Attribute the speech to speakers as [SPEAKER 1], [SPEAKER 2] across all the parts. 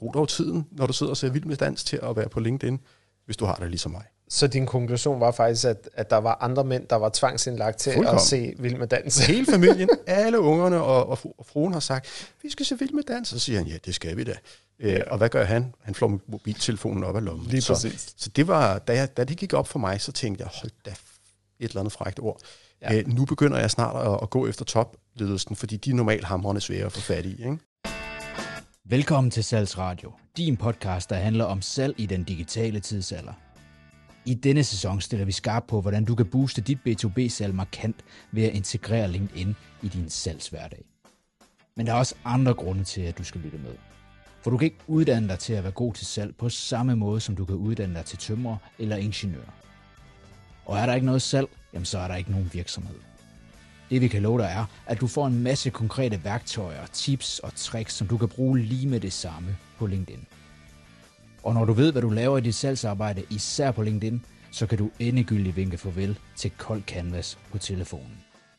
[SPEAKER 1] brug dog tiden, når du sidder og ser Vild med Dans, til at være på LinkedIn, hvis du har det ligesom mig.
[SPEAKER 2] Så din konklusion var faktisk, at der var andre mænd, der var tvangsindlagt til at se Vild med Dans?
[SPEAKER 1] Hele familien, alle ungerne og fruen har sagt, vi skal se Vild med Dans. Så siger han, ja, det skal vi da. Og hvad gør han? Han flår mobiltelefonen op af lommen.
[SPEAKER 2] Lige præcis.
[SPEAKER 1] Så det var, da det gik op for mig, så tænkte jeg, hold da, et eller andet frækt ord. Ja. Nu begynder jeg snart at gå efter topledelsen, fordi de er normalt hamrende svære at få fat i, ikke?
[SPEAKER 3] Velkommen til Salgsradio, din podcast, der handler om salg i den digitale tidsalder. I denne sæson stiller vi skarpt på, hvordan du kan booste dit B2B-salg markant ved at integrere LinkedIn i din salgshverdag. Men der er også andre grunde til, at du skal lytte med. For du kan ikke uddanne dig til at være god til salg på samme måde, som du kan uddanne dig til tømrer eller ingeniør. Og er der ikke noget salg, jamen så er der ikke nogen virksomhed. Det vi kan love dig er, at du får en masse konkrete værktøjer, tips og tricks, som du kan bruge lige med det samme på LinkedIn. Og når du ved, hvad du laver i dit salgsarbejde, især på LinkedIn, så kan du endegyldigt vinke farvel til kold canvas på telefonen.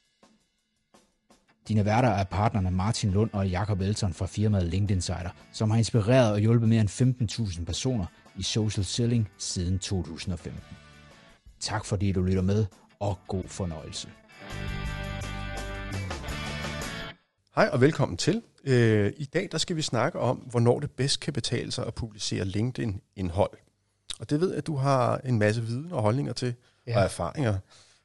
[SPEAKER 3] Dine værter er partnerne Martin Lund og Jakob Elton fra firmaet LinkedIn Insider, som har inspireret og hjulpet mere end 15.000 personer i social selling siden 2015. Tak fordi du lytter med, og god fornøjelse.
[SPEAKER 1] Hej og velkommen til. I dag der skal vi snakke om, hvornår det bedst kan betale sig at publicere LinkedIn-indhold. Og det ved jeg, at du har en masse viden og holdninger til, og erfaringer.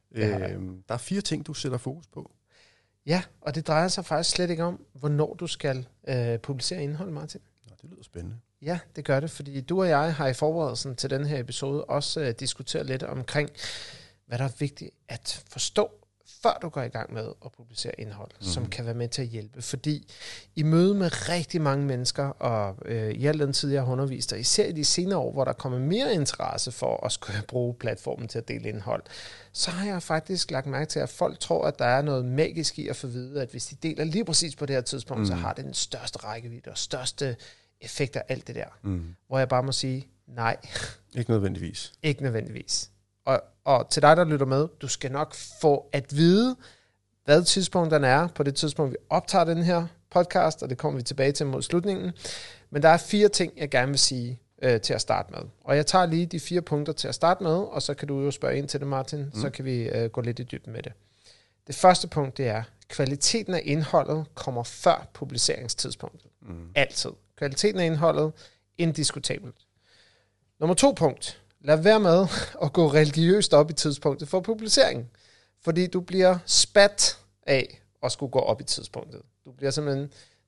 [SPEAKER 1] Der er 4 ting, du sætter fokus på.
[SPEAKER 2] Ja, og det drejer sig faktisk slet ikke om, hvornår du skal publicere indhold, Martin.
[SPEAKER 1] Nå, det lyder spændende.
[SPEAKER 2] Ja, det gør det, fordi du og jeg har i forberedelsen til den her episode også diskuteret lidt omkring, hvad der er vigtigt at forstå, før du går i gang med at publicere indhold, som kan være med til at hjælpe. Fordi i møde med rigtig mange mennesker, og i al den tid, jeg har undervist, og især i de senere år, hvor der kommer mere interesse for at skulle bruge platformen til at dele indhold, så har jeg faktisk lagt mærke til, at folk tror, at der er noget magisk i at få vide, at hvis de deler lige præcis på det her tidspunkt, så har det den største rækkevidde og største effekt af alt det der. Hvor jeg bare må sige, nej.
[SPEAKER 1] Ikke nødvendigvis.
[SPEAKER 2] Ikke nødvendigvis. Og til dig, der lytter med, du skal nok få at vide, hvad tidspunkterne er på det tidspunkt, vi optager den her podcast, og det kommer vi tilbage til mod slutningen. Men der er 4 ting, jeg gerne vil sige til at starte med. Og jeg tager lige de 4 punkter til at starte med, og så kan du jo spørge ind til det, Martin, så kan vi gå lidt i dybden med det. Det første punkt, det er, kvaliteten af indholdet kommer før publiceringstidspunktet. Altid. Kvaliteten af indholdet, indiskutabelt. Nummer 2 punkt. Lad være med at gå religiøst op i tidspunktet for publiceringen. Fordi du bliver spat af at skulle gå op i tidspunktet. Du bliver simpelthen,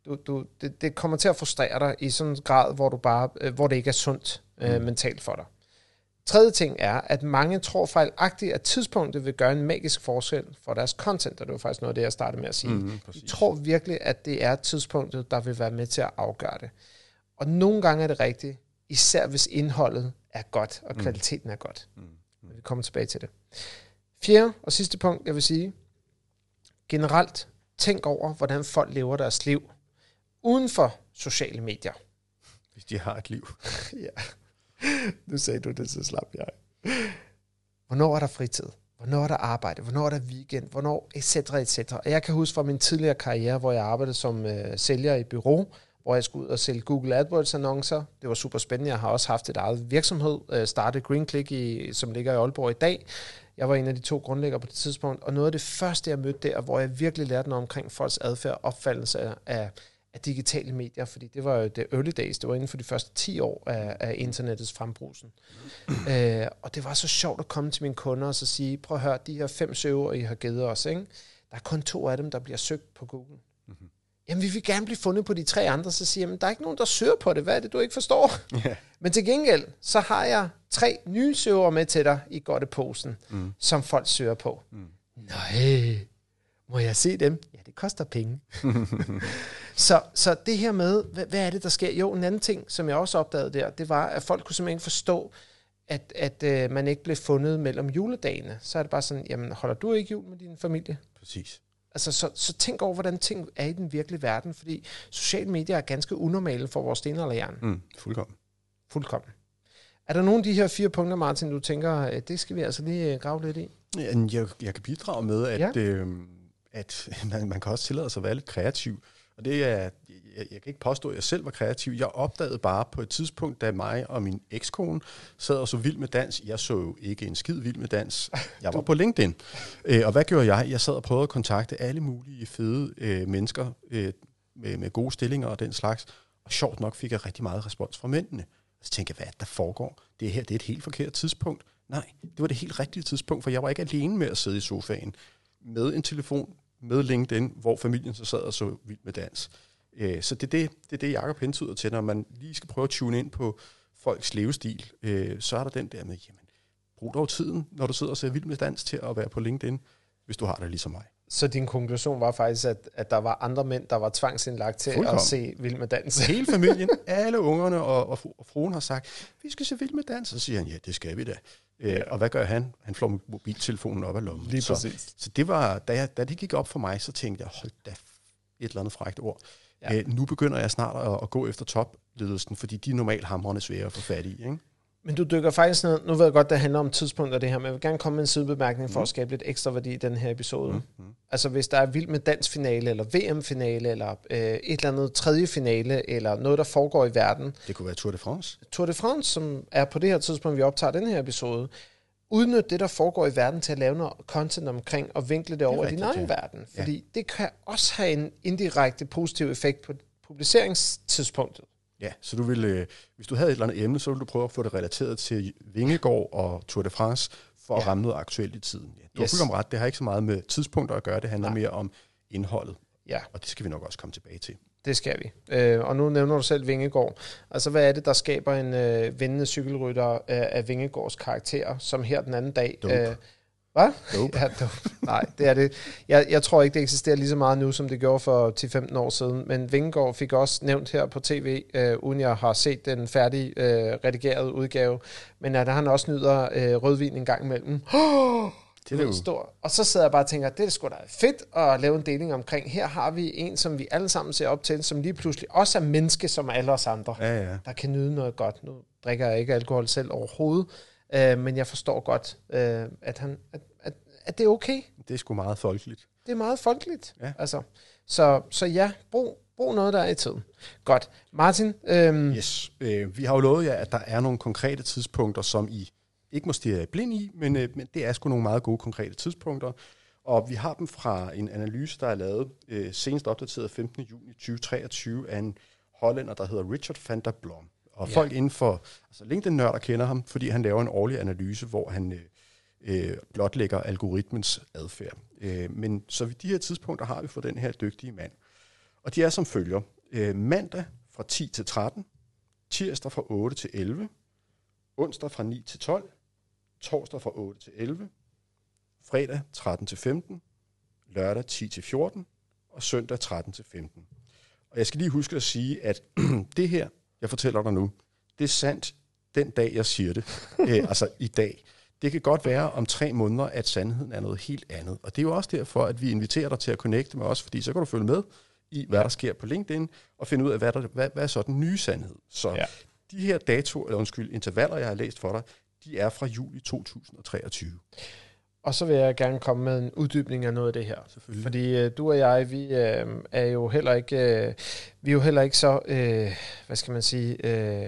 [SPEAKER 2] det kommer til at frustrere dig i sådan en grad, hvor det ikke er sundt mentalt for dig. Tredje ting er, at mange tror fejlagtigt, at tidspunktet vil gøre en magisk forskel for deres content. Og det var faktisk noget af det, jeg startede med at sige. De tror virkelig, at det er tidspunktet, der vil være med til at afgøre det. Og nogle gange er det rigtigt, især hvis indholdet er godt, og kvaliteten er godt. Vi kommer tilbage til det. 4. og sidste punkt, jeg vil sige, generelt tænk over, hvordan folk lever deres liv uden for sociale medier.
[SPEAKER 1] Hvis de har et liv.
[SPEAKER 2] Ja, nu sagde du det, så slap jeg. Hvornår er der fritid? Hvornår er der arbejde? Hvornår er der weekend? Hvornår? Etc. etc. Og jeg kan huske fra min tidligere karriere, hvor jeg arbejdede som sælger i bureau, hvor jeg skulle ud og sælge Google AdWords-annoncer. Det var super spændende. Jeg har også haft et eget virksomhed, startet GreenClick, som ligger i Aalborg i dag. Jeg var en af de 2 grundlæggere på det tidspunkt, og noget af det første, jeg mødte der, hvor jeg virkelig lærte noget omkring folks adfærd og opfattelse af digitale medier, fordi det var jo det early days, det var inden for de første 10 år af internettets frembrusen. Og det var så sjovt at komme til mine kunder og så sige, prøv at høre, de her 5 søger, I har givet os, ikke? Der er kun 2 af dem, der bliver søgt på Google. Jamen, vi vil gerne blive fundet på de 3 andre, så siger jeg, men der er ikke nogen, der søger på det. Hvad er det, du ikke forstår? Yeah. Men til gengæld, så har jeg 3 nye søgere med til dig i godteposen, som folk søger på. Nej, må jeg se dem? Ja, det koster penge. så det her med, hvad er det, der sker? Jo, en anden ting, som jeg også opdagede der, det var, at folk kunne simpelthen forstå, at man ikke blev fundet mellem juledagene. Så er det bare sådan, jamen, holder du ikke jul med din familie?
[SPEAKER 1] Præcis.
[SPEAKER 2] Altså, så tænk over, hvordan ting er i den virkelige verden, fordi sociale medier er ganske unormale for vores stenalderhjerne. Fuldkommen. Er der nogle af de her 4 punkter, Martin, du tænker, det skal vi altså lige grave lidt i?
[SPEAKER 1] Jeg kan bidrage med, at man kan også tillade sig at være lidt kreativ Og det er, jeg kan ikke påstå, at jeg selv var kreativ. Jeg opdagede bare på et tidspunkt, da mig og min ekskone sad og så Vild med Dans. Jeg så jo ikke en skid Vild med Dans. Jeg var på LinkedIn. Og hvad gjorde jeg? Jeg sad og prøvede at kontakte alle mulige fede mennesker med gode stillinger og den slags. Og sjovt nok fik jeg rigtig meget respons fra mændene. Så tænkte jeg, hvad der foregår? Det her, det er et helt forkert tidspunkt. Nej, det var det helt rigtige tidspunkt, for jeg var ikke alene med at sidde i sofaen med en telefon, med LinkedIn, hvor familien så sad og så Vild med Dans. Så det er det, Jakob hentyder til, når man lige skal prøve at tune ind på folks levestil, så er der den der med, jamen, brug dog tiden, når du sidder og ser Vild med Dans, til at være på LinkedIn, hvis du har det ligesom mig.
[SPEAKER 2] Så din konklusion var faktisk, at der var andre mænd, der var tvangsindlagt til at se Vild med Dans?
[SPEAKER 1] Hele familien, alle ungerne og fruen har sagt, vi skal se Vild med Dans, og så siger han, ja, det skal vi da. Og hvad gør han? Han flår mobiltelefonen op af lommen.
[SPEAKER 2] Lige præcis.
[SPEAKER 1] Så det var, da det gik op for mig, så tænkte jeg, hold da, et eller andet frækt ord. Ja. Nu begynder jeg snart at gå efter topledelsen, fordi de er normalt hamrende svære at få fat i, ikke?
[SPEAKER 2] Men du dykker faktisk ned, nu ved jeg godt, det handler om tidspunkter det her, men jeg vil gerne komme med en sidebemærkning for at skabe lidt ekstra værdi i den her episode. Altså hvis der er Vild med Dans finale, eller VM-finale, eller et eller andet tredje finale, eller noget, der foregår i verden.
[SPEAKER 1] Det kunne være Tour de France.
[SPEAKER 2] Tour de France, som er på det her tidspunkt, vi optager den her episode. Udnyt det, der foregår i verden, til at lave noget content omkring, og vinkle det over i din egen verden. Fordi det kan også have en indirekte positiv effekt på publiceringstidspunktet.
[SPEAKER 1] Ja, så du vil, hvis du havde et eller andet emne, så ville du prøve at få det relateret til Vingegaard og Tour de France, for at ramme noget aktuelt i tiden. Ja, du har fuldt om ret, det har ikke så meget med tidspunkter at gøre, det handler mere om indholdet. Ja. Og det skal vi nok også komme tilbage til.
[SPEAKER 2] Det skal vi. Og nu nævner du selv Vingegaard. Altså, hvad er det, der skaber en vindende cykelrytter af Vingegaards karakter, som her den anden dag... Hvad?
[SPEAKER 1] Dope.
[SPEAKER 2] Ja, dope. Nej, det er det. Jeg tror ikke, det eksisterer lige så meget nu, som det gjorde for 10-15 år siden. Men Vingegaard fik også nævnt her på tv, uden jeg har set den færdige redigerede udgave. Men at han også nyder rødvin en gang imellem. Det er jo stor. Og så sidder jeg bare og tænker, det er sgu da fedt at lave en deling omkring. Her har vi en, som vi alle sammen ser op til, som lige pludselig også er menneske som alle os andre.
[SPEAKER 1] Ja.
[SPEAKER 2] Der kan nyde noget godt. Nu drikker jeg ikke alkohol selv overhovedet. Men jeg forstår godt, at det er okay.
[SPEAKER 1] Det er sgu meget folkeligt.
[SPEAKER 2] Det er meget folkeligt.
[SPEAKER 1] Ja.
[SPEAKER 2] Altså, så ja, brug noget, der er i tiden. Godt. Martin?
[SPEAKER 1] Yes. Vi har jo lovet jer, at der er nogle konkrete tidspunkter, som I ikke må stirre blind i, men det er sgu nogle meget gode konkrete tidspunkter. Og vi har dem fra en analyse, der er lavet senest opdateret 15. juni 2023 af en hollænder, der hedder Richard van der Blom. Og folk inden for LinkedIn-nørder kender ham, fordi han laver en årlig analyse, hvor han blotlægger algoritmens adfærd. Men så ved de her tidspunkter har vi for den her dygtige mand. Og de er som følger. Mandag fra 10 til 13, tirsdag fra 8 til 11, onsdag fra 9 til 12, torsdag fra 8 til 11, fredag 13 til 15, lørdag 10 til 14 og søndag 13 til 15. Og jeg skal lige huske at sige, at det her, jeg fortæller dig nu, det er sandt den dag, jeg siger det. Altså i dag. Det kan godt være om 3 måneder, at sandheden er noget helt andet. Og det er jo også derfor, at vi inviterer dig til at connecte med os, fordi så kan du følge med i, hvad der sker på LinkedIn, og finde ud af, hvad er så den nye sandhed. Så de her intervaller, jeg har læst for dig, de er fra juli 2023. Og
[SPEAKER 2] så vil jeg gerne komme med en uddybning af noget af det her. Fordi du og jeg, vi er jo heller ikke, så, hvad skal man sige...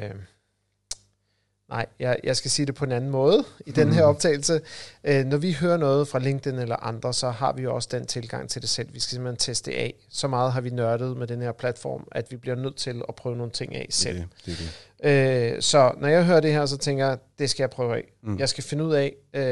[SPEAKER 2] Nej, jeg skal sige det på en anden måde i den her optagelse. Når vi hører noget fra LinkedIn eller andre, så har vi jo også den tilgang til det selv. Vi skal simpelthen teste af. Så meget har vi nørdet med den her platform, at vi bliver nødt til at prøve nogle ting af selv. Det. Så når jeg hører det her, så tænker jeg, det skal jeg prøve af. Jeg skal finde ud af,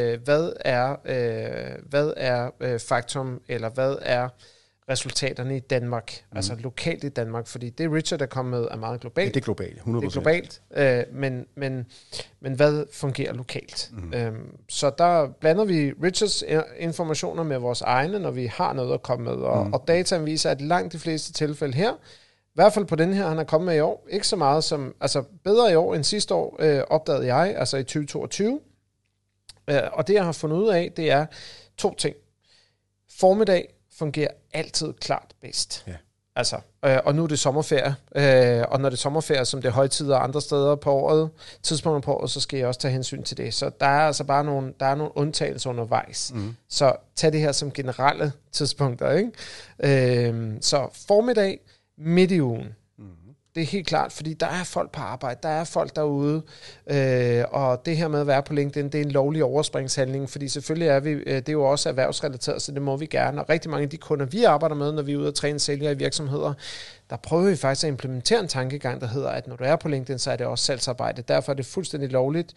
[SPEAKER 2] hvad er faktum, eller hvad er resultaterne i Danmark, altså lokalt i Danmark, fordi det Richard er kommet med er meget globalt.
[SPEAKER 1] Ja, det er globalt, 100%.
[SPEAKER 2] Det er globalt, men hvad fungerer lokalt? Så der blander vi Richards informationer med vores egne, når vi har noget at komme med, og dataen viser, at langt de fleste tilfælde her, i hvert fald på den her, han er kommet med i år, ikke så meget som, altså bedre i år end sidste år, opdagede jeg, altså i 2022, og det jeg har fundet ud af, det er 2 ting. Formiddag fungerer altid klart bedst. Ja. Altså, og nu er det sommerferie, og når det er sommerferie, som det er højtider andre steder på året, tidspunkter på året, så skal jeg også tage hensyn til det. Så der er altså bare nogle undtagelser undervejs. Så tag det her som generelle tidspunkter, ikke? Så formiddag, midt i ugen. Det er helt klart, fordi der er folk på arbejde, der er folk derude, og det her med at være på LinkedIn, det er en lovlig overspringshandling, fordi selvfølgelig er vi, det er jo også erhvervsrelateret, så det må vi gerne. Og rigtig mange af de kunder, vi arbejder med, når vi er ude og træne sælgere i virksomheder, der prøver vi faktisk at implementere en tankegang, der hedder, at når du er på LinkedIn, så er det også salgsarbejde. Derfor er det fuldstændig lovligt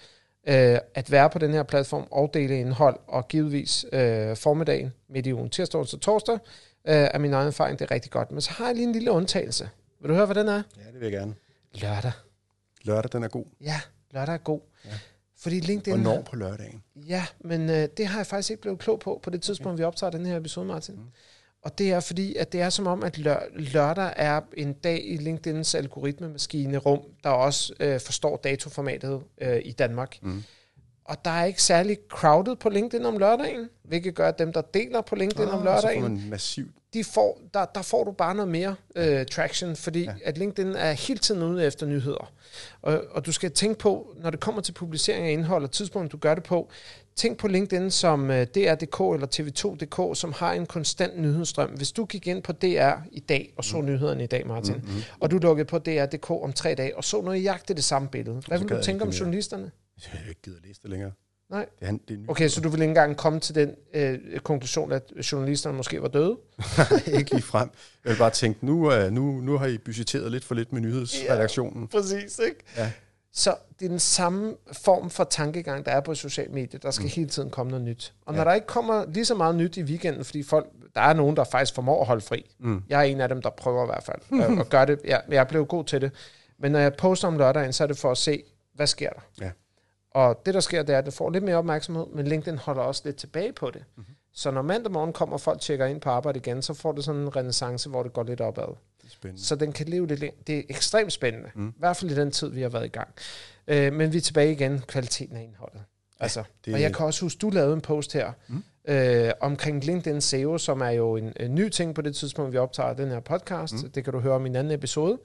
[SPEAKER 2] at være på den her platform og dele indhold, og givetvis formiddagen midt i ugen, tirsdag og torsdag, er min egen erfaring, det er rigtig godt. Men så har jeg lige en lille undtagelse. Vil du høre, hvad den er?
[SPEAKER 1] Ja, det vil jeg gerne.
[SPEAKER 2] Lørdag.
[SPEAKER 1] Lørdag, den er god.
[SPEAKER 2] Ja, lørdag er god. Ja. Fordi LinkedIn...
[SPEAKER 1] Hvornår på lørdagen?
[SPEAKER 2] Ja, men det har jeg faktisk ikke blevet klog på det tidspunkt, vi optager den her episode, Martin. Og det er fordi, at det er som om, at lørdag er en dag i LinkedIns algoritmemaskine-rum, der også forstår datoformatet i Danmark. Og der er ikke særlig crowded på LinkedIn om lørdagen, hvilket gør, at dem, der deler på LinkedIn om lørdagen,
[SPEAKER 1] så får man massivt.
[SPEAKER 2] Der får du bare noget mere traction, fordi at LinkedIn er hele tiden ude efter nyheder. Og du skal tænke på, når det kommer til publicering af indhold og tidspunkt, du gør det på, tænk på LinkedIn som DR.dk eller TV2.dk, som har en konstant nyhedsstrøm. Hvis du gik ind på DR i dag og så nyhederne i dag, Martin, og du lukkede på DR.dk om 3 dage og så nøjagtigt det samme billede, hvad vil du tænke om journalisterne?
[SPEAKER 1] Jeg har ikke givet at læse det længere.
[SPEAKER 2] Nej.
[SPEAKER 1] Det er
[SPEAKER 2] okay, så du vil ikke engang komme til den konklusion, at journalisterne måske var døde?
[SPEAKER 1] Ikke lige frem. Jeg vil bare tænke, nu har I budgetteret lidt for lidt med nyhedsredaktionen.
[SPEAKER 2] Ja, præcis, ikke? Ja. Så det er den samme form for tankegang, der er på sociale medier. Der skal hele tiden komme noget nyt. Og når der ikke kommer lige så meget nyt i weekenden, fordi der er nogen, der faktisk formår at holde fri. Jeg er en af dem, der prøver i hvert fald at gøre det. Jeg blev god til det. Men når jeg poster om lørdagen, så er det for at se, hvad sker der? Ja. Og det, der sker, det er, at det får lidt mere opmærksomhed, men LinkedIn holder også lidt tilbage på det. Så når mandag morgen kommer, og folk tjekker ind på arbejde igen, så får det sådan en renæssance, hvor det går lidt opad. Så den kan leve lidt. Det er ekstremt spændende. I hvert fald i den tid, vi har været i gang. Men vi er tilbage igen, kvaliteten af indholdet. Altså, og jeg kan også huske, du lavede en post her omkring LinkedIn SEO, som er jo en ny ting på det tidspunkt, vi optager den her podcast. Det kan du høre om i en anden episode.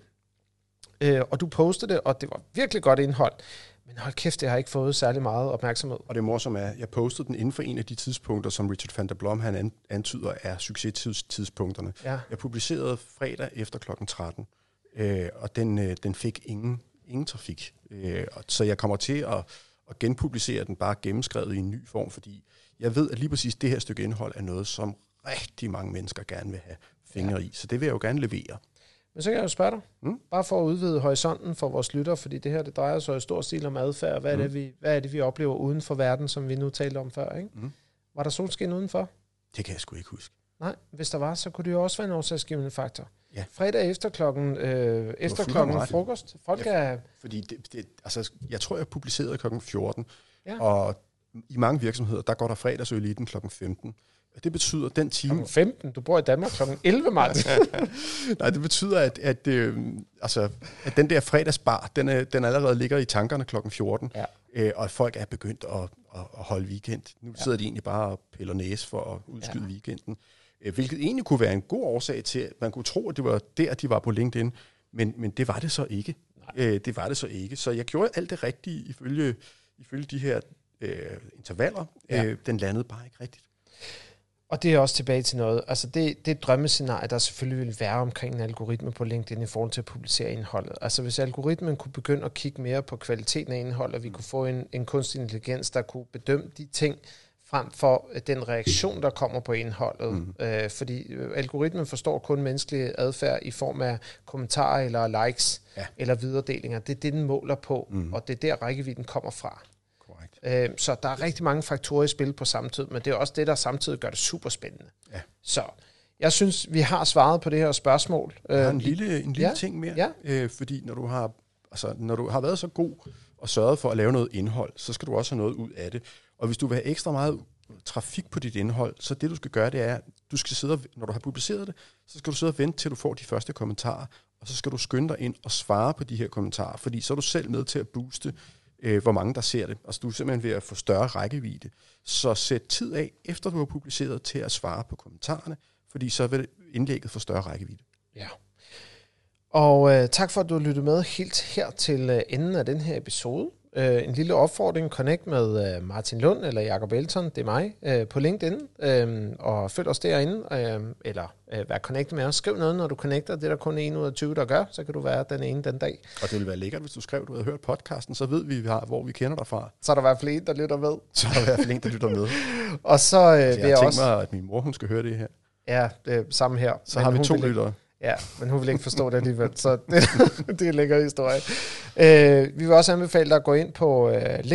[SPEAKER 2] Og du postede det, og det var virkelig godt indhold. Men hold kæft, det har ikke fået særlig meget opmærksomhed.
[SPEAKER 1] Og det morsomme er, jeg postede den inden for en af de tidspunkter, som Richard van der Blom han antyder er succestidspunkterne. Ja. Jeg publicerede fredag efter klokken 13, og den fik ingen trafik. Så jeg kommer til at genpublicere den bare gennemskrevet i en ny form, fordi jeg ved, at lige præcis det her stykke indhold er noget, som rigtig mange mennesker gerne vil have fingre i. Så det vil jeg jo gerne levere.
[SPEAKER 2] Men så kan jeg jo spørge dig, bare for at udvide horisonten for vores lytter, fordi det her, det drejer sig i stor stil om adfærd. Hvad er det, vi oplever uden for verden, som vi nu talte om før, ikke? Var der solskin udenfor?
[SPEAKER 1] Det kan jeg sgu ikke huske.
[SPEAKER 2] Nej, hvis der var, så kunne det jo også være en årsagsgivende faktor. Ja. Fredag efter klokken frokost. Folk er...
[SPEAKER 1] Fordi jeg tror, jeg publicerede klokken 14, og i mange virksomheder, der går der fredagsøl i den klokken 15. Det betyder, at den time...
[SPEAKER 2] Klokken 15? Du bor i Danmark klokken 11, Martin.
[SPEAKER 1] Nej, det betyder, at den der fredagsbar, den allerede ligger i tankerne klokken 14, og at folk er begyndt at holde weekend. Nu sidder de egentlig bare og piller næse for at udskyde weekenden, hvilket egentlig kunne være en god årsag til, at man kunne tro, at det var der, de var på LinkedIn, men det var det så ikke. Det var det så ikke. Så jeg gjorde alt det rigtige ifølge de her intervaller. Den landede bare ikke rigtigt.
[SPEAKER 2] Og det er også tilbage til noget. Altså det er drømmescenarie, der selvfølgelig vil være omkring en algoritme på LinkedIn i forhold til at publicere indholdet. Altså hvis algoritmen kunne begynde at kigge mere på kvaliteten af indhold, og vi kunne få en kunstig intelligens, der kunne bedømme de ting frem for den reaktion, der kommer på indholdet. Fordi algoritmen forstår kun menneskelig adfærd i form af kommentarer eller likes eller videredelinger. Det er det, den måler på, og det er der rækkevidden kommer fra. Så der er rigtig mange faktorer i spil på samme tid, men det er også det, der samtidig gør det super spændende. Ja. Så jeg synes, vi har svaret på det her spørgsmål.
[SPEAKER 1] Jeg har en lille ting mere, fordi når du har været så god og sørget for at lave noget indhold, så skal du også have noget ud af det. Og hvis du vil have ekstra meget trafik på dit indhold, så det du skal gøre, det er, du skal sidde, når du har publiceret det, så skal du sidde og vente til du får de første kommentarer, og så skal du skynde dig ind og svare på de her kommentarer, fordi så er du selv med til at booste hvor mange der ser det. Altså du er simpelthen ved at få større rækkevidde. Så sæt tid af, efter du har publiceret, til at svare på kommentarerne, fordi så vil indlægget få større rækkevidde.
[SPEAKER 2] Ja. Og tak for, at du lyttede med helt her til enden af den her episode. en lille opfordring. Connect med Martin Lund eller Jakob Elton, det er mig, på LinkedIn. Og følg os derinde, eller vær connected med os. Skriv noget, når du connecter. Det er der kun 1 ud af 20, der gør. Så kan du være den ene den dag.
[SPEAKER 1] Og det ville være lækkert, hvis du skrev, du havde hørt podcasten, så ved vi, hvor vi kender dig fra.
[SPEAKER 2] Så er der i hvert fald en, der lytter med.
[SPEAKER 1] Så er der i hvert fald en, der lytter med.
[SPEAKER 2] Og så vil
[SPEAKER 1] jeg tænkt mig, at min mor hun skal høre det her.
[SPEAKER 2] Ja, det er samme her.
[SPEAKER 1] Så har vi 2 lyttere.
[SPEAKER 2] Ja, men hun vil ikke forstå det alligevel, så det er en lækker historie. Vi vil også anbefale dig at gå ind på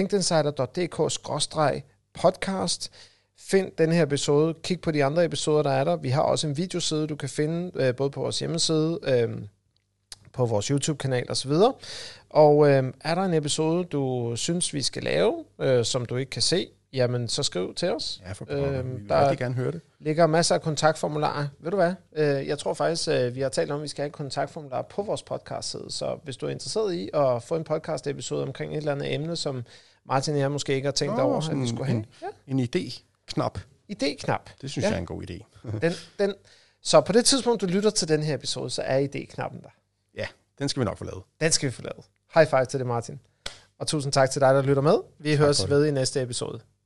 [SPEAKER 2] linkedinsider.dk/podcast. Find den her episode, kig på de andre episoder, der er der. Vi har også en videoside, du kan finde både på vores hjemmeside, på vores YouTube-kanal osv. Og er der en episode, du synes, vi skal lave, som du ikke kan se, jamen så skriv til os.
[SPEAKER 1] Ja, for vi vil rigtig gerne høre det.
[SPEAKER 2] Ligger masser af kontaktformularer. Ved du hvad? Jeg tror faktisk, vi har talt om, at vi skal have et kontaktformular på vores podcast-side. Så hvis du er interesseret i at få en podcast-episode omkring et eller andet emne, som Martin og jeg måske ikke har tænkt over, at vi skulle have.
[SPEAKER 1] En idé-knap.
[SPEAKER 2] Idé-knap.
[SPEAKER 1] Det synes jeg er en god idé.
[SPEAKER 2] Så på det tidspunkt, du lytter til den her episode, så er idé-knappen der.
[SPEAKER 1] Ja, den skal vi nok få lavet.
[SPEAKER 2] Den skal vi få lavet. High five til det, Martin. Og tusind tak til dig, der lytter med. Vi høres ved i næste episode.